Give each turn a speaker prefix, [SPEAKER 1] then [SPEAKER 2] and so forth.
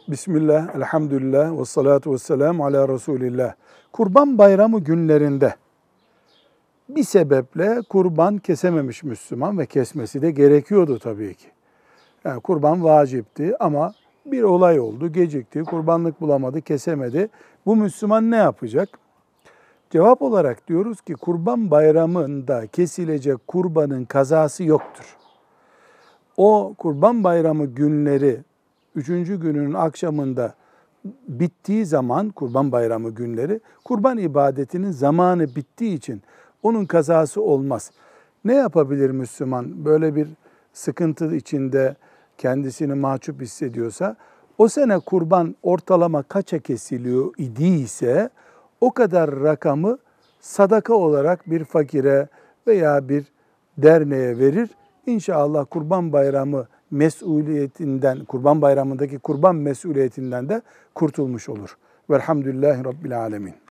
[SPEAKER 1] Bismillah, elhamdülillah, ve salatu ve selamu ala Resulillah. Kurban bayramı günlerinde bir sebeple kurban kesememiş Müslüman ve kesmesi de gerekiyordu tabii ki. Yani kurban vacipti ama bir olay oldu, gecikti, kurbanlık bulamadı, kesemedi. Bu Müslüman ne yapacak? Cevap olarak diyoruz ki kurban bayramında kesilecek kurbanın kazası yoktur. O kurban bayramı günleri, 3. günün akşamında bittiği zaman kurban bayramı günleri, kurban ibadetinin zamanı bittiği için onun kazası olmaz. Ne yapabilir Müslüman? Böyle bir sıkıntı içinde kendisini mahcup hissediyorsa, o sene kurban ortalama kaça kesiliyor idiyse, o kadar rakamı sadaka olarak bir fakire veya bir derneğe verir. İnşallah kurban bayramı mesuliyetinden, kurban bayramındaki kurban mesuliyetinden de kurtulmuş olur. Velhamdülillahi Rabbil alemin.